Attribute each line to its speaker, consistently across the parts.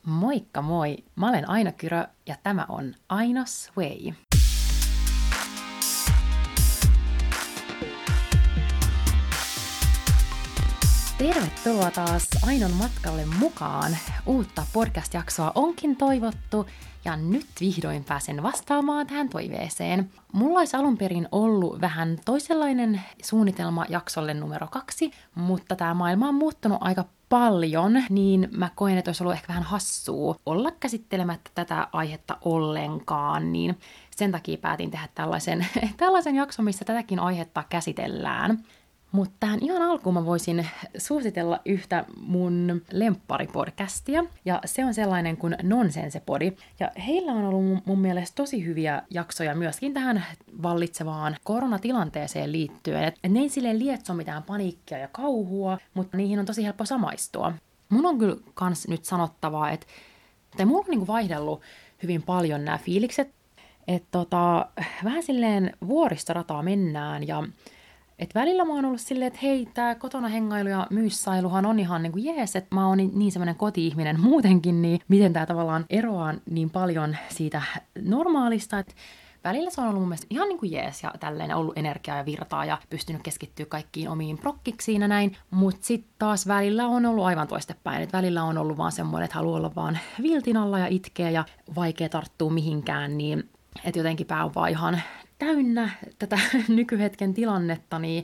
Speaker 1: Moikka moi! Mä olen Aino Kyrö ja tämä on Aino's Way. Tervetuloa taas Ainon matkalle mukaan. Uutta podcast-jaksoa onkin toivottu ja nyt vihdoin pääsen vastaamaan tähän toiveeseen. Mulla olisi alun perin ollut vähän toisenlainen suunnitelma jaksolle numero 2, mutta tämä maailma on muuttunut aika paljon, niin mä koen, että olisi ollut ehkä vähän hassua olla käsittelemättä tätä aihetta ollenkaan, niin sen takia päätin tehdä tällaisen jakson, missä tätäkin aihetta käsitellään. Mutta tähän ihan alkuun mä voisin suositella yhtä mun lempparipodcastia, ja se on sellainen kuin Nonsensepodi. Ja heillä on ollut mun mielestä tosi hyviä jaksoja myöskin tähän vallitsevaan koronatilanteeseen liittyen. Et ne ei silleen lietso mitään paniikkia ja kauhua, mutta niihin on tosi helppo samaistua. Mun on kyllä kans nyt sanottavaa, että mulla on niinku vaihdellut hyvin paljon nämä fiilikset, että vähän silleen vuoristorataa mennään ja et välillä mä oon ollut silleen, että hei, tää kotona hengailu ja myyssailuhan on ihan niinku jees, että mä oon niin semmoinen koti-ihminen muutenkin, niin miten tää tavallaan eroaa niin paljon siitä normaalista, että välillä se on ollut mun mielestä ihan niinku jees ja tälleen ollut energiaa ja virtaa ja pystynyt keskittyä kaikkiin omiin prokkiksiin ja näin, mut sit taas välillä on ollut aivan toistepäin, että välillä on ollut vaan semmoinen, että haluaa olla vaan viltin alla ja itkeä ja vaikea tarttua mihinkään, niin että jotenkin pää on vaan ihan täynnä tätä nykyhetken tilannetta, niin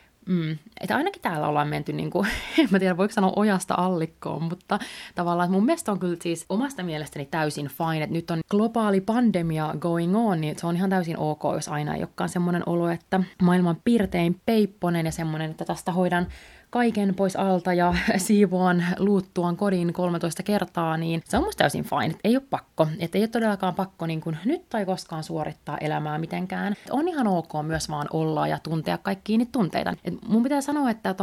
Speaker 1: että ainakin täällä ollaan menty, niin kuin, en mä tiedä voiko sanoa ojasta allikkoon, mutta tavallaan mun mielestä on kyllä siis omasta mielestäni täysin fine, että nyt on globaali pandemia going on, niin se on ihan täysin ok, jos aina ei olekaan semmoinen olo, että maailman pirtein peipponen ja semmoinen, että tästä hoidan kaiken pois alta ja siivoan luuttuan kodin 13 kertaa, niin se on musta täysin fine, että ei ole pakko, että ei ole todellakaan pakko niin kuin nyt tai koskaan suorittaa elämää mitenkään. On ihan ok myös vaan olla ja tuntea kaikkia niitä tunteita. Et mun pitää sanoa, että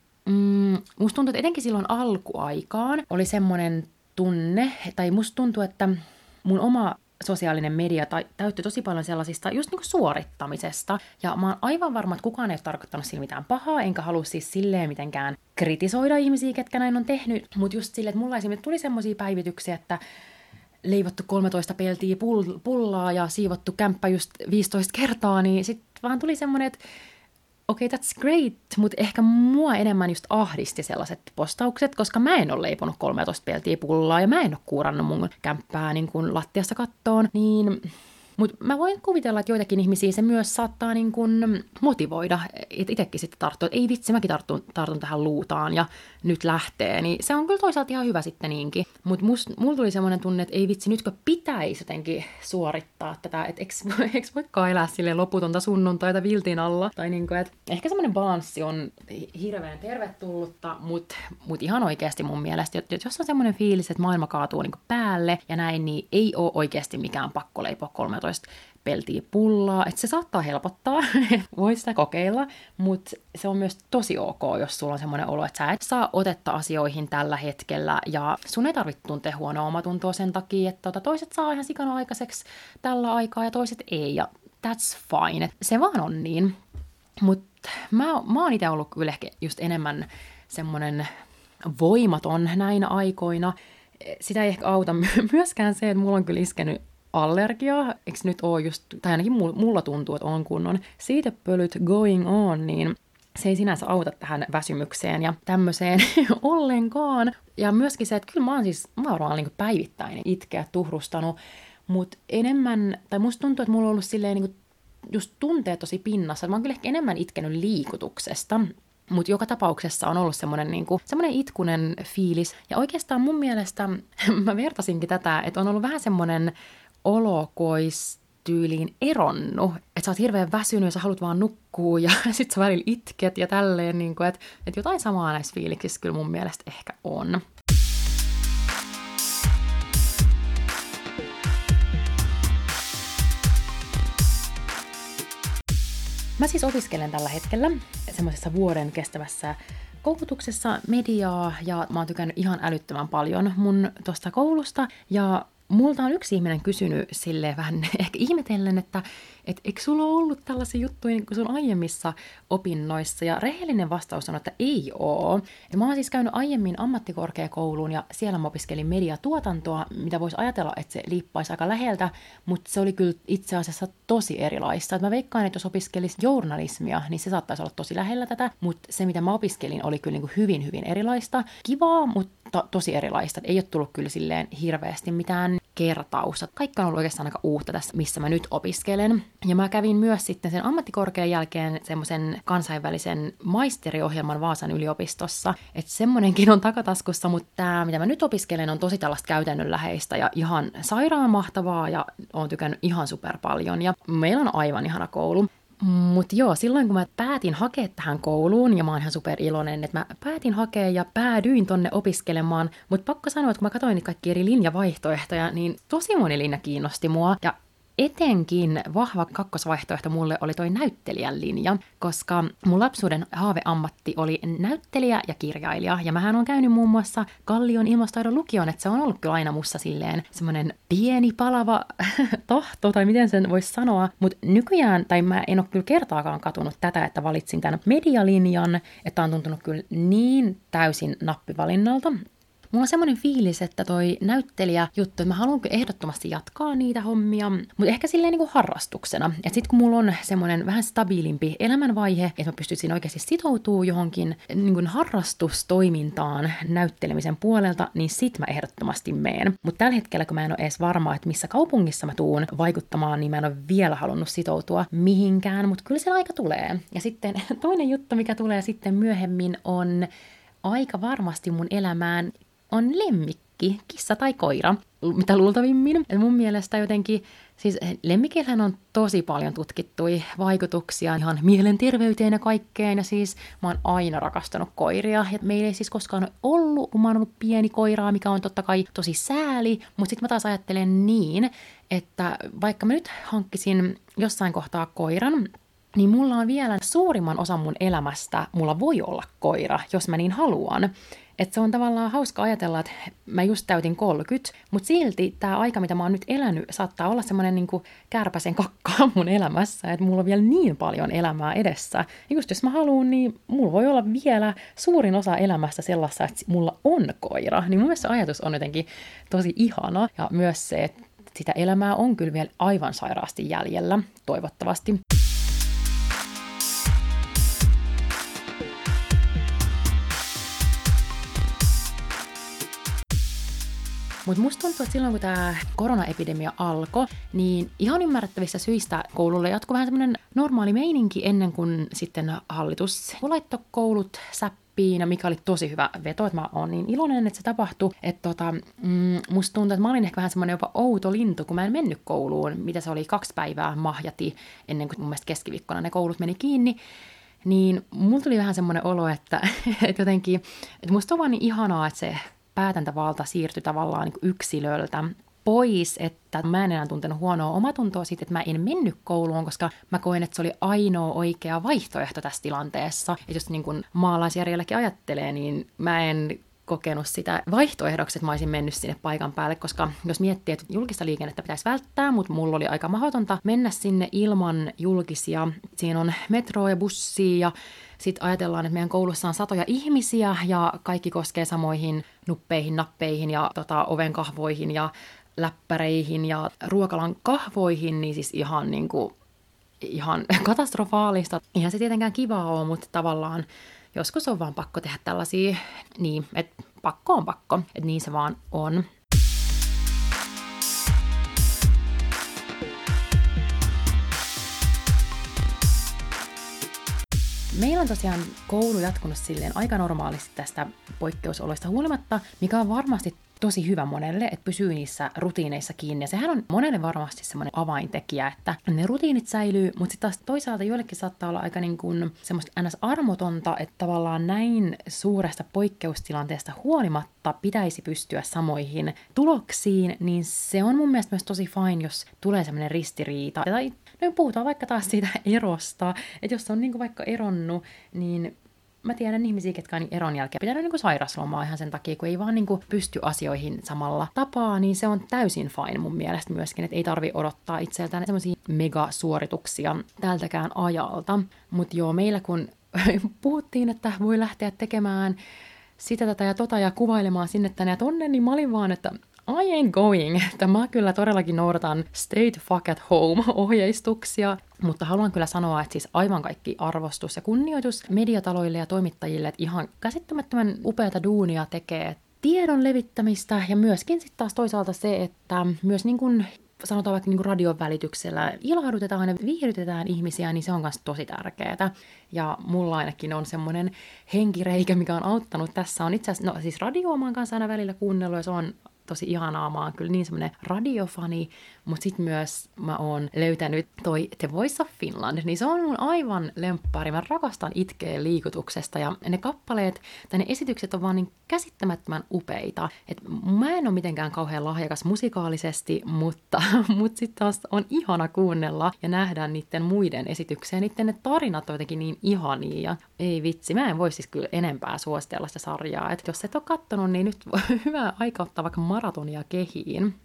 Speaker 1: musta tuntuu, että etenkin silloin alkuaikaan oli semmoinen tunne, tai musta tuntuu, että mun oma sosiaalinen media täytti tosi paljon sellaisista just niin kuin suorittamisesta. Ja mä oon aivan varma, että kukaan ei ole tarkoittanut sillä mitään pahaa, enkä halua siis silleen mitenkään kritisoida ihmisiä, ketkä näin on tehnyt. Mutta just silleen, että mulla esimerkiksi tuli semmoisia päivityksiä, että leivottu 13 peltiä pullaa ja siivottu kämppä just 15 kertaa, niin sit vaan tuli semmoinen, että okei, that's great, mutta ehkä mua enemmän just ahdisti sellaiset postaukset, koska mä en ole leiponut 13 peltiä pullaa ja mä en ole kuurannut mun kämppää niin kuin lattiasta kattoon, niin mutta mä voin kuvitella, että joitakin ihmisiä se myös saattaa niin kuin motivoida, että itsekin sitten tarttuu, että ei vitsi, mäkin tartun tähän luutaan ja nyt lähtee, niin se on kyllä toisaalta ihan hyvä sitten niinkin. Mutta mulla tuli semmoinen tunne, että ei vitsi, nytkö pitäisi jotenkin suorittaa tätä, että eikö voikaan elää silleen loputonta sunnuntaita viltin alla, tai niin kuin, että ehkä semmoinen balanssi on hirveän tervetullutta, mutta ihan oikeasti mun mielestä, jos on semmoinen fiilis, että maailma kaatuu niin kuin päälle ja näin, niin ei ole oikeasti mikään pakko leipoa 13 peltiä pullaa, että se saattaa helpottaa, voi sitä kokeilla, mutta se on myös tosi ok, jos sulla on semmoinen olo, että sä et saa otetta asioihin tällä hetkellä ja sun ei tarvitse tuntea huonoa omatuntoa sen takia, että toiset saa ihan sikana aikaiseksi tällä aikaa ja toiset ei ja that's fine, se vaan on niin, mutta mä oon itse ollut kyllä ehkä just enemmän semmoinen voimaton näinä aikoina, sitä ei ehkä auta myöskään se, että mulla on kyllä iskenyt allergia, eikö nyt ole just, tai ainakin mulla tuntuu, että on kunnon siitepölyt going on, niin se ei sinänsä auta tähän väsymykseen ja tämmöiseen ollenkaan. Ja myöskin se, että kyllä mä oon vaan niin päivittäin itkeä, tuhrustanut, mutta enemmän, tai musta tuntuu, että mulla on ollut silleen niin just tunteet tosi pinnassa, että mä oon kyllä ehkä enemmän itkenyt liikutuksesta. Mutta joka tapauksessa on ollut semmoinen itkunen fiilis. Ja oikeastaan mun mielestä mä vertasinkin tätä, että on ollut vähän semmoinen olo, kun olisi tyyliin eronnut. Että sä oot hirveän väsynyt ja sä haluat vaan nukkua ja sit sä välillä itket ja tälleen. Niin että jotain samaa näissä fiiliksissä kyllä mun mielestä ehkä on. Mä siis opiskelen tällä hetkellä semmoisessa vuoden kestävässä koulutuksessa mediaa ja mä oon tykännyt ihan älyttömän paljon mun tosta koulusta ja multa on yksi ihminen kysynyt silleen vähän ehkä ihmetellen, että eikö sulla ole ollut tällaisia juttuja niin kuin sun aiemmissa opinnoissa? Ja rehellinen vastaus on, että ei oo. Ja mä oon siis käynyt aiemmin ammattikorkeakouluun ja siellä mä opiskelin mediatuotantoa, mitä voisi ajatella, että se liippaisi aika läheltä, mutta se oli kyllä itse asiassa tosi erilaista. Et mä veikkaan, että jos opiskelisi journalismia, niin se saattaisi olla tosi lähellä tätä, mutta se mitä mä opiskelin oli kyllä niin kuin hyvin, hyvin erilaista. Kivaa, mutta tosi erilaista. Et ei ole tullut kyllä silleen hirveästi mitään kertausta. Kaikki on ollut oikeastaan aika uutta tässä, missä mä nyt opiskelen. Ja mä kävin myös sitten sen ammattikorkean jälkeen semmoisen kansainvälisen maisteriohjelman Vaasan yliopistossa. Että semmonenkin on takataskussa, mutta tämä, mitä mä nyt opiskelen, on tosi tällaista käytännönläheistä ja ihan sairaan mahtavaa ja oon tykännyt ihan super paljon. Ja meillä on aivan ihana koulu. Mutta joo, silloin kun mä päätin hakea tähän kouluun, ja mä oon ihan super iloinen, että mä päätin hakea ja päädyin tonne opiskelemaan, mutta pakko sanoa, että kun mä katsoin niitä kaikki eri linjavaihtoehtoja, niin tosi moni linja kiinnosti mua, ja etenkin vahva kakkosvaihtoehto mulle oli toi näyttelijän linja, koska mun lapsuuden haaveammatti oli näyttelijä ja kirjailija, ja mähän on käynyt muun muassa Kallion ilmastotaidon lukion, että se on ollut kyllä aina mussa silleen semmoinen pieni palava tahto, tai miten sen voisi sanoa, mutta nykyään, tai mä en ole kyllä kertaakaan katunut tätä, että valitsin tämän medialinjan, että on tuntunut kyllä niin täysin nappivalinnalta. Mulla on semmoinen fiilis, että toi näyttelijäjuttu, että mä haluan ehdottomasti jatkaa niitä hommia, mutta ehkä silleen niin kuin harrastuksena. Että sit kun mulla on semmoinen vähän stabiilimpi elämänvaihe, että mä pystyisin oikeasti sitoutumaan johonkin niin kuin harrastustoimintaan näyttelemisen puolelta, niin sit mä ehdottomasti meen. Mutta tällä hetkellä, kun mä en ole edes varma, että missä kaupungissa mä tuun vaikuttamaan, niin mä en ole vielä halunnut sitoutua mihinkään, mutta kyllä se aika tulee. Ja sitten toinen juttu, mikä tulee sitten myöhemmin, on aika varmasti mun elämään on lemmikki, kissa tai koira, mitä luultavimmin. Et mun mielestä jotenkin, siis lemmikillähän on tosi paljon tutkittuja vaikutuksia ihan mielenterveyteen ja kaikkeen, ja siis mä oon aina rakastanut koiria, ja meillä ei siis koskaan ole ollut, kun mä oon ollut pieni koiraa, mikä on totta kai tosi sääli, mutta sitten mä taas ajattelen niin, että vaikka mä nyt hankkisin jossain kohtaa koiran, niin mulla on vielä suurimman osan mun elämästä, mulla voi olla koira, jos mä niin haluan. Että se on tavallaan hauska ajatella, että mä just täytin 30, mutta silti tämä aika, mitä mä oon nyt elänyt, saattaa olla semmoinen niin kuin kärpäsen kakkaa mun elämässä, että mulla on vielä niin paljon elämää edessä. Ja just jos mä haluan, niin mulla voi olla vielä suurin osa elämästä sellaista, että mulla on koira. Niin mun mielestä ajatus on jotenkin tosi ihana, ja myös se, että sitä elämää on kyllä vielä aivan sairaasti jäljellä, toivottavasti. Mutta musta tuntuu, että silloin kun tämä koronaepidemia alkoi, niin ihan ymmärrettävissä syistä koululle jatkui vähän semmoinen normaali meininki ennen kuin sitten hallitus laittoi koulut säppiin, mikä oli tosi hyvä veto, että mä oon niin iloinen, että se tapahtui. Että musta tuntuu, että mä olin ehkä vähän semmoinen jopa outo lintu, kun mä en mennyt kouluun, mitä se oli 2 päivää mahjati ennen kuin mun mielestä keskiviikkona ne koulut meni kiinni. Niin mulla tuli vähän semmoinen olo, että jotenkin, että musta on vaan niin ihanaa, että se päätäntävalta siirtyi tavallaan niin yksilöltä pois, että mä en enää tuntenut huonoa omatuntoa siitä, että mä en mennyt kouluun, koska mä koin, että se oli ainoa oikea vaihtoehto tässä tilanteessa. Ja jos niin kuin maalaisjärjelläkin ajattelee, niin mä en kokenut sitä vaihtoehdoksi, että mä olisin mennyt sinne paikan päälle, koska jos miettii, että julkista liikennettä pitäisi välttää, mutta mulla oli aika mahdotonta mennä sinne ilman julkisia. Siinä on metroa ja bussia ja sitten ajatellaan, että meidän koulussa on satoja ihmisiä ja kaikki koskee samoihin nuppeihin, nappeihin ja oven kahvoihin ja läppäreihin ja ruokalan kahvoihin, niin siis ihan katastrofaalista. Eihän se tietenkään kivaa ole, mutta tavallaan joskus on vaan pakko tehdä tällaisia, niin, että pakko on pakko, että niin se vaan on. Meillä on tosiaan koulu jatkunut silleen aika normaalisti tästä poikkeusoloista huolimatta, mikä on varmasti tosi hyvä monelle, että pysyy niissä rutiineissa kiinni. Ja sehän on monelle varmasti semmoinen avaintekijä, että ne rutiinit säilyy, mutta sitten taas toisaalta joillekin saattaa olla aika niin kuin semmoista ns-armotonta, että tavallaan näin suuresta poikkeustilanteesta huolimatta pitäisi pystyä samoihin tuloksiin, niin se on mun mielestä myös tosi fine, jos tulee semmoinen ristiriita. Tai no puhutaan vaikka taas siitä erosta, että jos on niin kuin vaikka eronnut, niin mä tiedän ihmisiä, ketkä on niin eron jälkeen pitänyt niin kuin sairaslomaa ihan sen takia, kun ei vaan niin kuin pysty asioihin samalla tapaa, niin se on täysin fine mun mielestä myöskin, että ei tarvi odottaa itseltään semmoisia megasuorituksia tältäkään ajalta. Mutta joo, meillä kun puhuttiin, että voi lähteä tekemään sitä, tätä ja tota ja kuvailemaan sinne tänne ja tonne, niin mä olin vaan, että I ain't going. Mä kyllä todellakin noudatan stay the fuck at home -ohjeistuksia, mutta haluan kyllä sanoa, että siis aivan kaikki arvostus ja kunnioitus mediataloille ja toimittajille, että ihan käsittämättömän upeata duunia tekee tiedon levittämistä ja myöskin sitten taas toisaalta se, että myös niin kuin sanotaan vaikka niin kuin radion välityksellä ilahdutetaan ja viihdytetään ihmisiä, niin se on myös tosi tärkeää. Ja mulla ainakin on semmoinen henkireikä, mikä on auttanut tässä. On itse asiassa, no siis radio mä oon kanssa aina välillä kuunnellut ja se on tosi ihanaa. Mä oon kyllä niin semmoinen radiofani, mutta sitten myös mä oon löytänyt toi The Voice of Finland, niin se on mun aivan lemppari. Mä rakastan itkeä liikutuksesta ja ne kappaleet tai ne esitykset on vaan niin käsittämättömän upeita. Et mä en ole mitenkään kauhean lahjakas musikaalisesti, mutta sitten taas on ihana kuunnella ja nähdä niiden muiden esityksiä. Niiden ne tarinat on jotenkin niin ihania ja ei vitsi, mä en voi siis kyllä enempää suositella sitä sarjaa. Et jos et ole kattonut, niin nyt hyvä aika ottaa vaikka maratonia kehiin.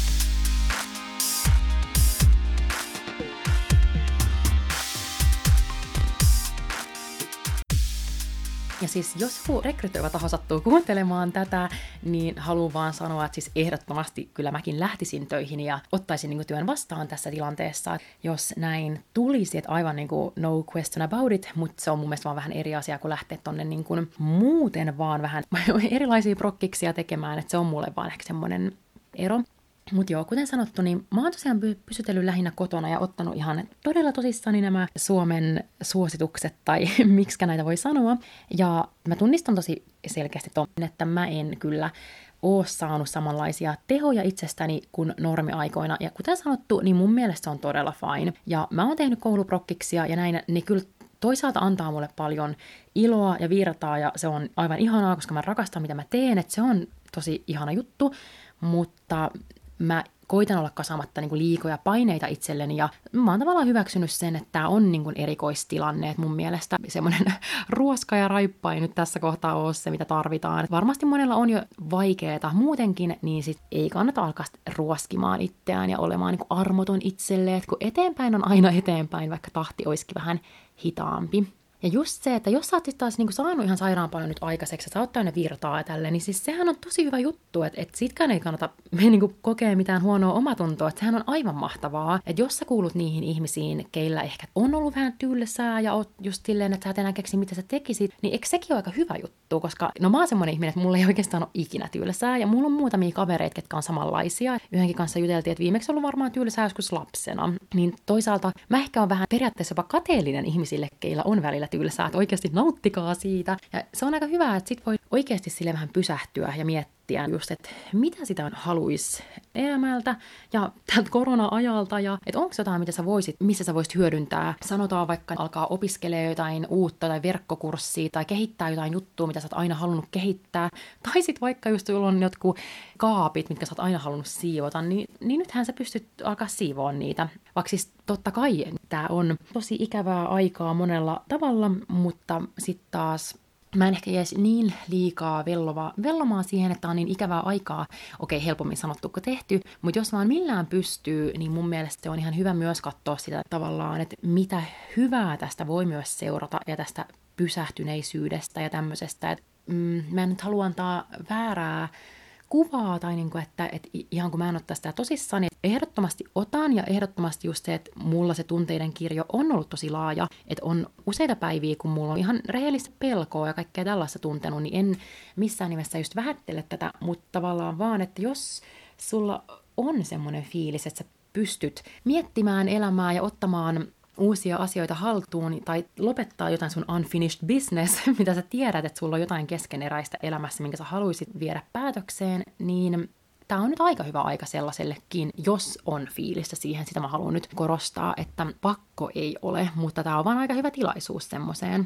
Speaker 1: Ja siis jos joku rekrytoiva taho sattuu kuuntelemaan tätä, niin haluan vaan sanoa, että siis ehdottomasti kyllä mäkin lähtisin töihin ja ottaisin niin kuin työn vastaan tässä tilanteessa, jos näin tulisi, että aivan niin kuin no question about it, mutta se on mun mielestä vaan vähän eri asia kuin lähteä tonne niin kuin muuten vaan vähän erilaisia prokkiksia tekemään, että se on mulle vaan ehkä semmoinen ero. Mutta joo, kuten sanottu, niin mä oon tosiaan pysytellyt lähinnä kotona ja ottanut ihan todella tosissani nämä Suomen suositukset, tai miksikä näitä voi sanoa. Ja mä tunnistan tosi selkeästi ton, että mä en kyllä ole saanut samanlaisia tehoja itsestäni kuin normiaikoina. Ja kuten sanottu, niin mun mielestä se on todella fine. Ja mä oon tehnyt kouluprokkiksia ja näin, niin kyllä toisaalta antaa mulle paljon iloa ja virtaa, ja se on aivan ihanaa, koska mä rakastan mitä mä teen, että se on tosi ihana juttu, mutta mä koitan olla kasaamatta niin kuin liikoja paineita itselleni, ja mä oon tavallaan hyväksynyt sen, että tää on niin kuin erikoistilanne, että mun mielestä semmoinen ruoska ja raippa ei nyt tässä kohtaa ole se, mitä tarvitaan. Varmasti monella on jo vaikeeta muutenkin, niin sit ei kannata alkaa ruoskimaan itseään ja olemaan niin kuin armoton itselleen, että kun eteenpäin on aina eteenpäin, vaikka tahti olisikin vähän hitaampi. Ja just se, että jos sä oot taas niinku saanut ihan sairaan paljon nyt aikaiseksi, että sä oot täynnä virtaa ja tälleen, niin siis sehän on tosi hyvä juttu, että sitkään ei kannata niinku kokea mitään huonoa omatuntoa, että sehän on aivan mahtavaa. Että jos sä kuulut niihin ihmisiin, keillä ehkä on ollut vähän tylsää ja oot just silleen, että sä et enää keksi, mitä sä tekisit, niin eikö sekin ole aika hyvä juttu, koska no mä oon semmoinen ihminen, että mulla ei oikeastaan ole ikinä tylsää, ja mulla on muutamia kavereita, ketkä on samanlaisia. Yhdenkin kanssa juteltiin, että viimeksi on ollut varmaan tylsää joskus lapsena. Niin toisaalta mä ehkä on vähän periaatteessa jopa kateellinen ihmisille, keillä on välillä tylsää, että oikeasti nauttikaa siitä. Ja se on aika hyvä, että sit voi oikeasti sille vähän pysähtyä ja miettiä just, että mitä sitä haluaisi elämältä ja tältä korona-ajalta ja että onko jotain, mitä sä voisit, missä sä voisit hyödyntää. Sanotaan vaikka alkaa opiskelemaan jotain uutta tai verkkokurssia tai kehittää jotain juttua, mitä sä oot aina halunnut kehittää. Tai sit vaikka just sulla on jotkut kaapit, mitkä sä oot aina halunnut siivota, niin nythän sä pystyt alkaa siivoa niitä. Vaikka siis totta kai tää on tosi ikävää aikaa monella tavalla, mutta sitten taas mä en ehkä jäisi niin liikaa vellomaan siihen, että on niin ikävää aikaa. Okei, helpommin sanottu kuin tehty, mutta jos vaan millään pystyy, niin mun mielestä se on ihan hyvä myös katsoa sitä tavallaan, että mitä hyvää tästä voi myös seurata ja tästä pysähtyneisyydestä ja tämmöisestä. Mä en nyt halua antaa väärää kuvaa tai niinku, että ihan kun mä en ota sitä tosissaan, niin ehdottomasti otan ja ehdottomasti just se, että mulla se tunteiden kirjo on ollut tosi laaja, että on useita päiviä, kun mulla on ihan rehellistä pelkoa ja kaikkea tällaista tuntenut, niin en missään nimessä just vähättele tätä, mutta tavallaan vaan, että jos sulla on semmoinen fiilis, että sä pystyt miettimään elämää ja ottamaan uusia asioita haltuun tai lopettaa jotain sun unfinished business, mitä sä tiedät, että sulla on jotain keskeneräistä elämässä, minkä sä haluaisit viedä päätökseen, niin tää on nyt aika hyvä aika sellaisellekin, jos on fiilistä siihen. Sitä mä haluan nyt korostaa, että pakko ei ole, mutta tää on vaan aika hyvä tilaisuus semmoseen.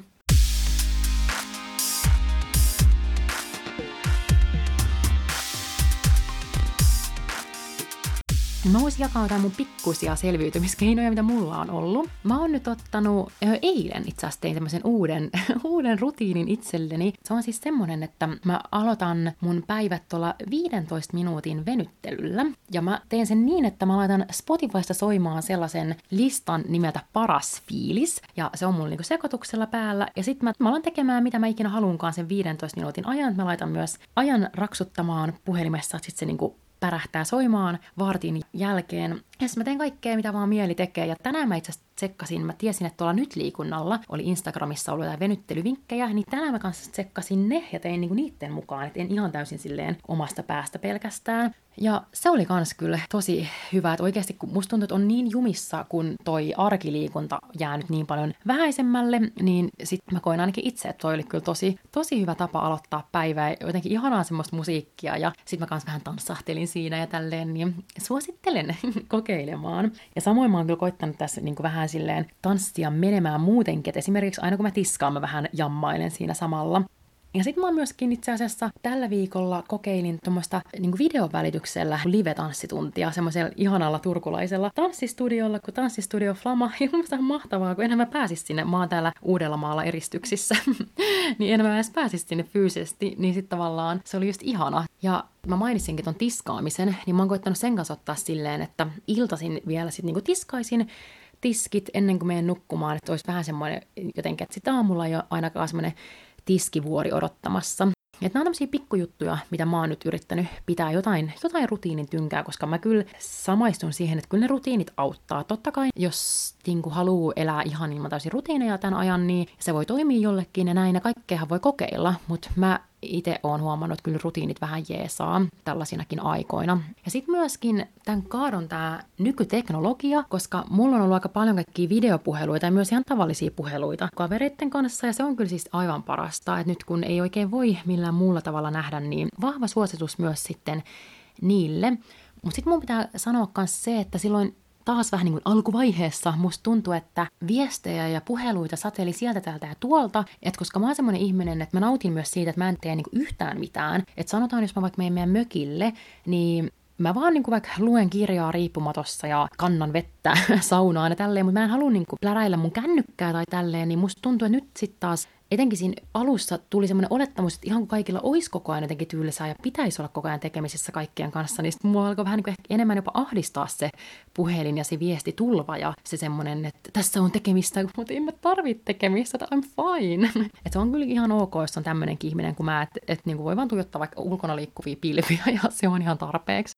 Speaker 1: Mä voisin jakaa jotain mun pikkusia selviytymiskeinoja, mitä mulla on ollut. Mä oon nyt ottanut, eilen itse asiassa tein tämmöisen uuden rutiinin itselleni. Se on siis semmonen, että mä aloitan mun päivät tuolla 15 minuutin venyttelyllä. Ja mä teen sen niin, että mä laitan Spotifysta soimaan sellaisen listan nimeltä Paras fiilis. Ja se on mulla niinku sekoituksella päällä. Ja sit mä alan tekemään mitä mä ikinä haluunkaan sen 15 minuutin ajan. Mä laitan myös ajan raksuttamaan puhelimessa, että sit se niinku pärähtää soimaan vartin jälkeen. Ja mä teen kaikkea, mitä vaan mieli tekee. Ja tänään mä itse asiassa tsekkasin, mä tiesin, että tuolla Nyt liikunnalla oli Instagramissa ollut jotain venyttelyvinkkejä, niin tänään mä kanssa tsekkasin ne ja tein niinku niitten mukaan, että en ihan täysin silleen omasta päästä pelkästään. Ja se oli kans kyllä tosi hyvä, että oikeasti kun musta tuntuu, että on niin jumissa, kun toi arkiliikunta jää nyt niin paljon vähäisemmälle, niin sit mä koin ainakin itse, että toi oli kyllä tosi hyvä tapa aloittaa päivää. Jotenkin ihanaa semmoista musiikkia ja sit mä kans vähän tanssahtelin siinä ja tälleen, niin suosittelen kokeilemaan. Ja samoin mä oon kyllä koittanut tässä niin kuin vähän silleen tanssia menemään muutenkin, että esimerkiksi aina kun mä tiskaan, mä vähän jammailen siinä samalla. Ja sitten mä oon myöskin itse asiassa tällä viikolla kokeilin tuommoista niin videon välityksellä live-tanssituntia semmoisella ihanalla turkulaisella tanssistudiolla, kun Tanssistudio Flama. Ja musta on mahtavaa, kun enhän mä pääsis sinne, mä oon täällä Uudellamaalla eristyksissä, niin enhän mä edes pääsis sinne fyysisesti, niin sitten tavallaan se oli just ihana. Ja mä mainitsinkin ton tiskaamisen, niin mä oon koittanut sen kanssa ottaa silleen, että iltaisin vielä sit niinku tiskaisin tiskit ennen kuin menen nukkumaan, että olisi vähän semmoinen jotenkin, että sitä aamulla ei ole ainakaan semmoinen tiskivuori odottamassa. Että nämä on tämmöisiä pikkujuttuja, mitä mä oon nyt yrittänyt pitää jotain rutiinin tynkää, koska mä kyllä samaistun siihen, että kyllä ne rutiinit auttaa. Totta kai, jos haluaa elää ihan ilman täysin rutiineja tämän ajan, niin se voi toimia jollekin ja näin, ja kaikkeahan voi kokeilla, mutta mä itse oon huomannut, että kyllä rutiinit vähän jeesaa tällaisinakin aikoina. Ja sitten myöskin tämän kaadon tämä nykyteknologia, koska mulla on ollut aika paljon kaikkia videopuheluita ja myös ihan tavallisia puheluita kavereiden kanssa, ja se on kyllä siis aivan parasta, että nyt kun ei oikein voi millään muulla tavalla nähdä, niin vahva suositus myös sitten niille. Mutta sitten mun pitää sanoa myös se, että silloin taas vähän niin kuin alkuvaiheessa musta tuntui, että viestejä ja puheluita sateli sieltä täältä ja tuolta, että koska mä oon semmoinen ihminen, että mä nautin myös siitä, että mä en tee niin kuin yhtään mitään, että sanotaan, jos mä vaikka menen meidän mökille, niin mä vaan niin kuin vaikka luen kirjaa riippumatossa ja kannan vettä saunaan ja tälleen, mutta mä en halua niin kuin pläräillä mun kännykkää tai tälleen, niin musta tuntuu, että nyt sitten taas etenkin siinä alussa tuli semmoinen olettamus, että ihan kun kaikilla olisi koko ajan jotenkin tyylisää ja pitäisi olla koko ajan tekemisissä kaikkien kanssa, niin sitten mua alkoi vähän niin kuin enemmän jopa ahdistaa se puhelin ja se viestitulva ja se semmoinen, että tässä on tekemistä, mutta en mä tarvitse tekemistä, että I'm fine. Että se on kyllä ihan ok, jos on tämmöinenkin ihminen kuin mä, että niin kuin voi vaan tuijottaa vaikka ulkona liikkuvia pilviä ja se on ihan tarpeeksi.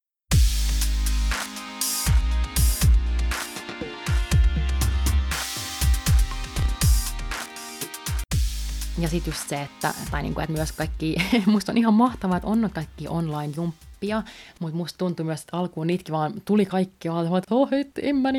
Speaker 1: Ja sitten just se, että myös kaikki, musta on ihan mahtavaa, että on kaikki online-jumppia, mutta musta tuntui myös, että alkuun niitäkin vaan tuli kaikki, että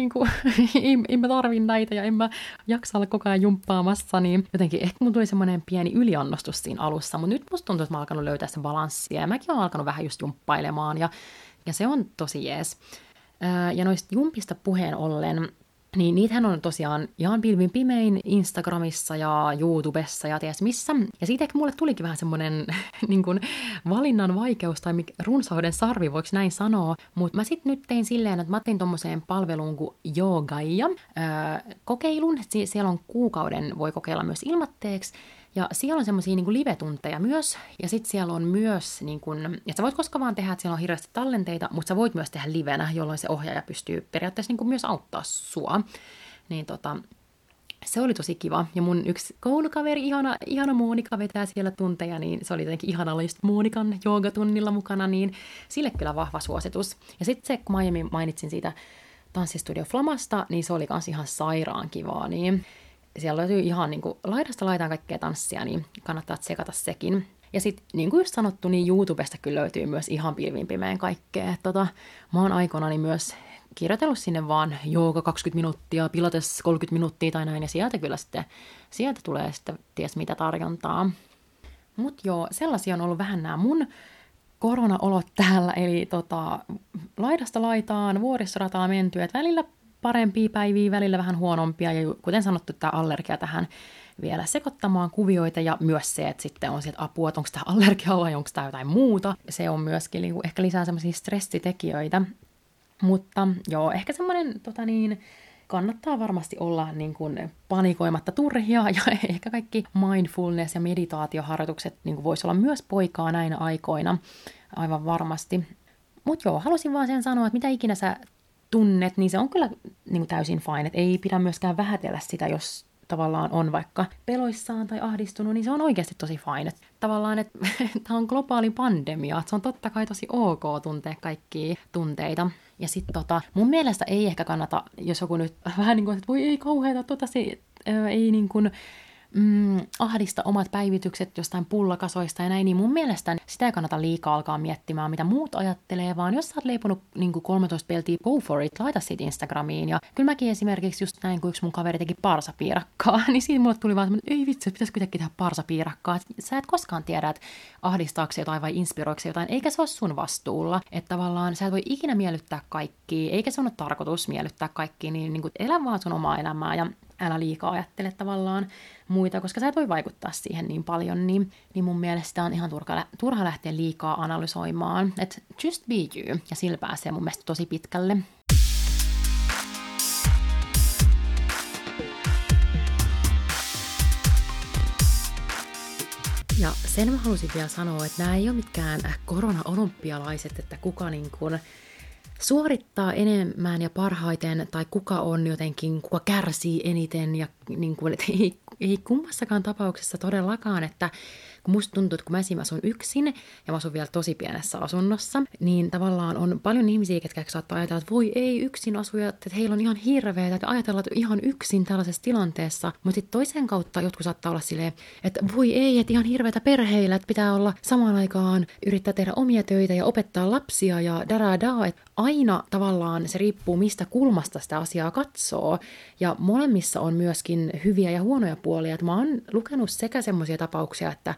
Speaker 1: en mä tarvi näitä ja en mä jaksa olla koko ajan jumppaamassa, niin jotenkin ehkä mun tuli semmoinen pieni yliannostus siinä alussa, mutta nyt musta tuntuu, että mä oon alkanut löytää sen balanssia ja mäkin oon alkanut vähän just jumppailemaan ja se on tosi jees. Ja noista jumpista puheen ollen, niin niitähän on tosiaan ihan pilvin pimein Instagramissa ja YouTubessa ja ties missä. Ja siitä ehkä mulle tulikin vähän semmoinen niin kuin valinnan vaikeus tai runsauden sarvi, voiko näin sanoa. Mutta mä sitten nyt tein silleen, että mä tein tommoseen palveluun kuin Yogaia kokeilun. Siellä on kuukauden, voi kokeilla myös ilmatteeksi. Ja siellä on semmosia niin kuin live-tunteja myös, ja sitten siellä on myös, niin kuin, että sä voit koska vaan tehdä, että siellä on hirveästi tallenteita, mutta sä voit myös tehdä livenä, jolloin se ohjaaja pystyy periaatteessa niin kuin myös auttaa sua. Niin se oli tosi kiva. Ja mun yksi koulukaveri, ihana Monika, vetää siellä tunteja, niin se oli jotenkin ihana olla just Monikan joogatunnilla mukana, niin sille kyllä vahva suositus. Ja sitten se, kun mä aiemmin mainitsin siitä Tanssistudio Flamasta, niin se oli kans ihan sairaan kivaa, niin siellä löytyy ihan niin kuin laidasta laitaan kaikkea tanssia, niin kannattaa tsekata sekin. Ja sitten niin kuin just sanottu, niin YouTubesta kyllä löytyy myös ihan pilvin pimeän kaikkea. Mä oon aikoinani myös kirjoitellut sinne vaan jooga 20 minuuttia, pilates 30 minuuttia tai näin, ja sieltä tulee sitten ties mitä tarjontaa. Mut joo, sellaisia on ollut vähän nämä mun korona-olot täällä, eli laidasta laitaan, vuoristorataa menty, että välillä parempia päiviä, välillä vähän huonompia, ja kuten sanottu, tämä allergia tähän vielä sekoittamaan kuvioita, ja myös se, että sitten on sieltä apua, että onko tämä allergia vai onko tämä jotain muuta. Se on myöskin ehkä lisää semmoisia stressitekijöitä. Mutta joo, ehkä semmoinen kannattaa varmasti olla niin kuin panikoimatta turhia ja ehkä kaikki mindfulness- ja meditaatioharjoitukset niin kuin voisi olla myös poikaa näinä aikoina aivan varmasti. Mutta joo, halusin vaan sen sanoa, että mitä ikinä sä tunnet, niin se on kyllä niin kuin täysin fine. Et ei pidä myöskään vähätellä sitä, jos tavallaan on vaikka peloissaan tai ahdistunut, niin se on oikeasti tosi fine. Et tavallaan, että tämä on globaali pandemia, että se on totta kai tosi ok tuntea kaikkia tunteita. Ja sitten mun mielestä ei ehkä kannata, jos joku nyt vähän niin kuin, että voi ei kauheeta, se ei niin kuin ahdista omat päivitykset jostain pullakasoista ja näin, niin mun mielestä sitä ei kannata liikaa alkaa miettimään, mitä muut ajattelee, vaan jos sä oot leiponut niin 13 peltiä, go for it, laita siitä Instagramiin. Ja kyllä mäkin esimerkiksi just näin, kun yksi mun kaveri teki parsapiirakkaa, niin siinä mulle tuli vaan semmoinen, ei vitsi, pitäisi kuitenkin tehdä parsapiirakkaa. Sä et koskaan tiedä, että ahdistaako se jotain vai inspiroiko se jotain, eikä se ole sun vastuulla. Että tavallaan sä et voi ikinä miellyttää kaikkia, eikä se ole tarkoitus miellyttää kaikkia, niin kuin elä vaan sun omaa elämää ja älä liikaa ajattele tavallaan muita, koska sä et voi vaikuttaa siihen niin paljon, niin mun mielestä on ihan turha lähteä liikaa analysoimaan. Et just be you, ja sillä pääsee mun mielestä tosi pitkälle. Ja sen mä halusin vielä sanoa, että nämä ei ole mitkään korona-olympialaiset, että kuka niin kuin suorittaa enemmän ja parhaiten, tai kuka on jotenkin, kuka kärsii eniten, ja niin kuin, että ei kummassakaan tapauksessa todellakaan, että kun musta tuntuu, että kun mä asun yksin, ja mä asun vielä tosi pienessä asunnossa, niin tavallaan on paljon ihmisiä, ketkä saattaa ajatella, että voi ei yksin asujat, että heillä on ihan hirveetä, että ajatellaan, että ihan yksin tällaisessa tilanteessa, mutta sitten toisen kautta jotkut saattaa olla silleen, että voi ei, että ihan hirveätä perheillä, että pitää olla samaan aikaan, yrittää tehdä omia töitä ja opettaa lapsia ja että aina tavallaan se riippuu, mistä kulmasta sitä asiaa katsoo, ja molemmissa on myöskin hyviä ja huonoja puolia, että mä oon lukenut sekä semmoisia tapauksia, että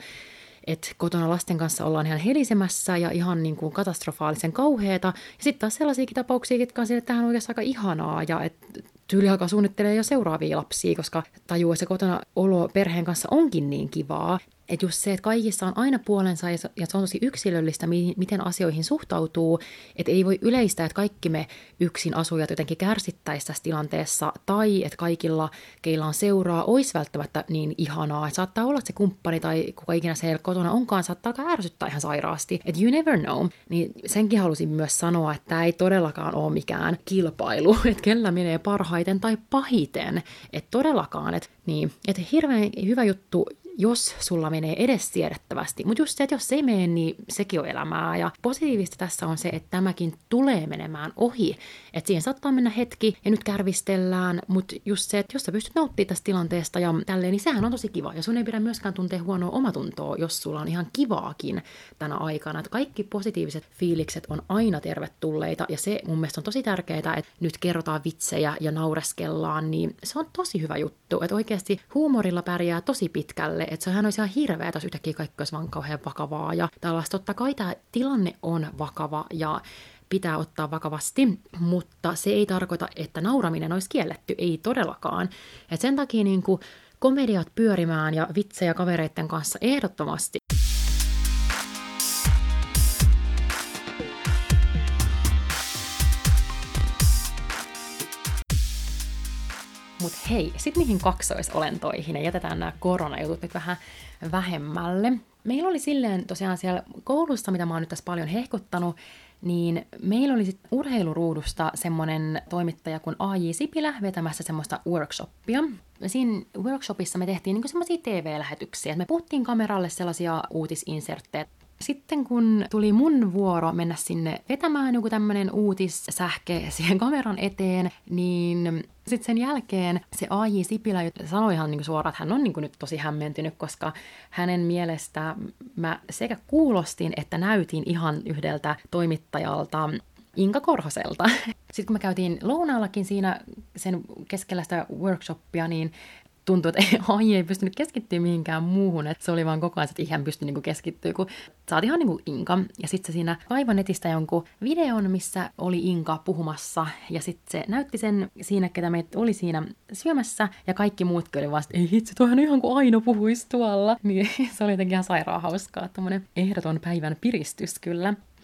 Speaker 1: kotona lasten kanssa ollaan ihan helisemässä ja ihan niin kuin katastrofaalisen kauheata. Ja sitten taas sellaisiakin tapauksia, jotka on sille, että tähän on oikeastaan aika ihanaa ja että tyyli alkaa suunnittelee jo seuraavia lapsia, koska tajuu, että se kotona olo perheen kanssa onkin niin kivaa. Että just se, että kaikissa on aina puolensa ja se on tosi yksilöllistä, miten asioihin suhtautuu. Että ei voi yleistää, että kaikki me yksin asujat jotenkin kärsittäisiin tässä tilanteessa. Tai että kaikilla, keillä on seuraa, olisi välttämättä niin ihanaa. Että saattaa olla, että se kumppani tai kuka ikinä siellä kotona onkaan, saattaa alkaa ärsyttää ihan sairaasti. Että you never know. Niin senkin halusin myös sanoa, että tämä ei todellakaan ole mikään kilpailu. Että kellä menee parhaiten tai pahiten. Että todellakaan. Että hirveän hyvä juttu, jos sulla menee edes siedettävästi. Mutta just se, että jos se ei mene, niin sekin on elämää. Ja positiivista tässä on se, että tämäkin tulee menemään ohi. Että siihen saattaa mennä hetki ja nyt kärvistellään, mutta just se, että jos sä pystyt nauttimaan tästä tilanteesta ja tälleen, niin sehän on tosi kiva. Ja sun ei pidä myöskään tuntea huonoa omatuntoa, jos sulla on ihan kivaakin tänä aikana. Että kaikki positiiviset fiilikset on aina tervetulleita ja se mun mielestä on tosi tärkeää, että nyt kerrotaan vitsejä ja naureskellaan, niin se on tosi hyvä juttu. Että oikeasti huumorilla pärjää tosi pitkälle. Että sehän olisi ihan hirveä, jos yhtäkkiä kaikki olisi vaan kauhean vakavaa. Ja tällaista, totta kai tämä tilanne on vakava ja pitää ottaa vakavasti, mutta se ei tarkoita, että nauraminen olisi kielletty. Ei todellakaan. Et sen takia niin kuin komediat pyörimään ja vitsejä kavereiden kanssa ehdottomasti. Mutta hei, sitten niihin kaksoisolentoihin ja jätetään nämä koronajutut nyt vähän vähemmälle. Meillä oli silleen tosiaan siellä koulussa, mitä mä oon nyt tässä paljon hehkuttanut, niin meillä oli sitten urheiluruudusta semmoinen toimittaja kuin A.J. Sipilä vetämässä semmoista workshoppia. Siinä workshopissa me tehtiin niinku semmoisia TV-lähetyksiä. Me puhuttiin kameralle sellaisia uutisinserttejä. Sitten kun tuli mun vuoro mennä sinne vetämään joku tämmöinen uutissähke siihen kameran eteen, niin sitten sen jälkeen se A.J. Sipilä sanoi ihan niin suoraan, että hän on niin nyt tosi hämmentynyt, koska hänen mielestä mä sekä kuulostin että näytin ihan yhdeltä toimittajalta Inka Korhoselta. Sitten kun me käytiin lounaallakin siinä sen keskellä sitä workshoppia, niin tuntui, että AI ei pystynyt keskittyä mihinkään muuhun, että se oli vaan koko ajan, että ihan pystyi niinku keskittyä, kun sä oot ihan niinku Inka. Ja sitten se siinä kaivoi netistä jonkun videon, missä oli Inka puhumassa, ja sitten se näytti sen siinä, ketä meitä oli siinä syömässä, ja kaikki muutkin oli vasta, ei hitsi, toihan on ihan kuin Aino puhuisi tuolla. Niin se oli jotenkin ihan sairaan hauskaa, tommonen ehdoton päivän piristys kyllä.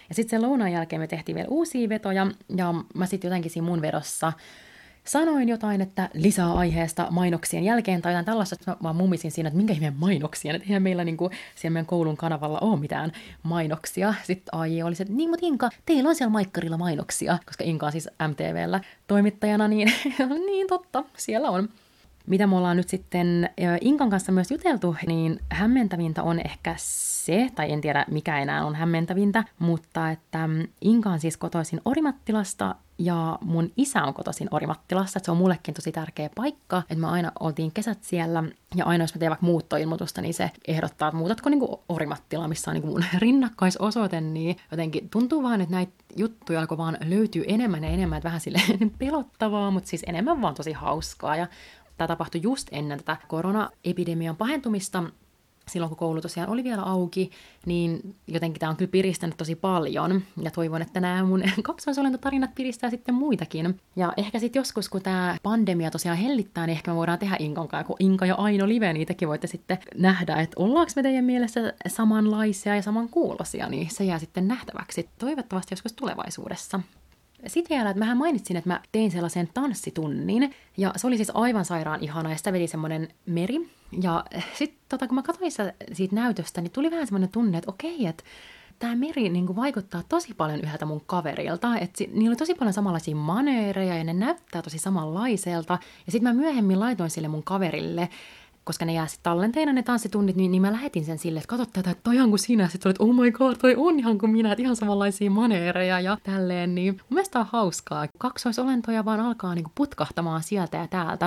Speaker 1: Ja sitten sen lounaan jälkeen me tehtiin vielä uusia vetoja, ja mä sitten jotenkin siinä mun vedossa sanoin jotain, että lisää aiheesta mainoksien jälkeen tai jotain tällaista, että mä vaan mummisin siinä, että minkä ihmeen mainoksia, että eihän meillä niinku siellä meidän koulun kanavalla ole mitään mainoksia. Sitten AJ oli se, että niin, mutta Inka, teillä on siellä Maikkarilla mainoksia, koska Inka on siis MTV:llä toimittajana, niin niin totta, siellä on. Mitä me ollaan nyt sitten Inkan kanssa myös juteltu, niin hämmentävintä on ehkä se, tai en tiedä mikä enää on hämmentävintä, mutta että Inka on siis kotoisin Orimattilasta ja mun isä on kotoisin Orimattilasta, että se on mullekin tosi tärkeä paikka, että me aina oltiin kesät siellä ja aina jos mä teen vaikka muuttoilmoitusta, niin se ehdottaa, että muutatko niinku Orimattilaan, missä on niinku mun rinnakkaisosoite, niin jotenkin tuntuu vaan, että näitä juttuja alkoi vaan löytyy enemmän ja enemmän, että vähän silleen pelottavaa, mutta siis enemmän vaan tosi hauskaa ja tämä tapahtui just ennen tätä koronaepidemian pahentumista, silloin kun koulu tosiaan oli vielä auki, niin jotenkin tämä on kyllä piristänyt tosi paljon, ja toivon, että nämä mun kaksoisolentotarinat piristää sitten muitakin. Ja ehkä sitten joskus, kun tämä pandemia tosiaan hellittää, niin ehkä me voidaan tehdä Inkan kanssa, kun Inka ja Aino live, niin tekin voitte sitten nähdä, että ollaanko me teidän mielessä samanlaisia ja samankuuloisia, niin se jää sitten nähtäväksi toivottavasti joskus tulevaisuudessa. Sitten vielä, että mähän mainitsin, että mä tein sellaisen tanssitunnin, ja se oli siis aivan sairaan ihana, ja sitä veti semmoinen Meri. Ja sitten kun mä katsoin siitä näytöstä, niin tuli vähän semmoinen tunne, että okei, että tämä Meri niin vaikuttaa tosi paljon yhdeltä mun kaverilta, että niillä oli tosi paljon samanlaisia maneereja, ja ne näyttää tosi samanlaiselta. Ja sitten mä myöhemmin laitoin sille mun kaverille, koska ne jää sitten tallenteina ne tanssitunnit, niin mä lähetin sen sille, että katso tätä, että toi on kuin sinä. Sitten olet, oh my god, toi on ihan kuin minä, että ihan samanlaisia maneereja ja tälleen. Niin mun mielestä on hauskaa. Kaksoisolentoja vaan alkaa niinku putkahtamaan sieltä ja täältä.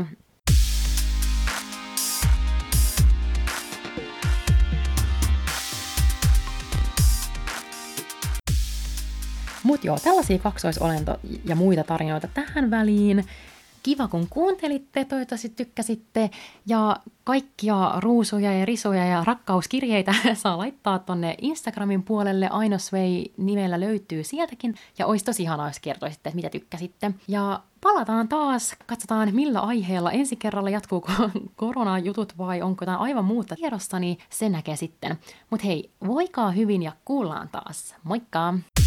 Speaker 1: Mut joo, tällaisia kaksoisolento- ja muita tarinoita tähän väliin. Kiva, kun kuuntelitte, toivottavasti tykkäsitte, ja kaikkia ruusuja ja risoja ja rakkauskirjeitä saa laittaa tonne Instagramin puolelle, Ainosvei-nimellä löytyy sieltäkin, ja olisi tosi ihanaa, jos kertoisitte, että mitä tykkäsitte. Ja palataan taas, katsotaan millä aiheella ensi kerralla jatkuuko koronajutut vai onko jotain aivan muuta tiedossa, niin se näkee sitten. Mut hei, voikaa hyvin ja kuullaan taas. Moikka!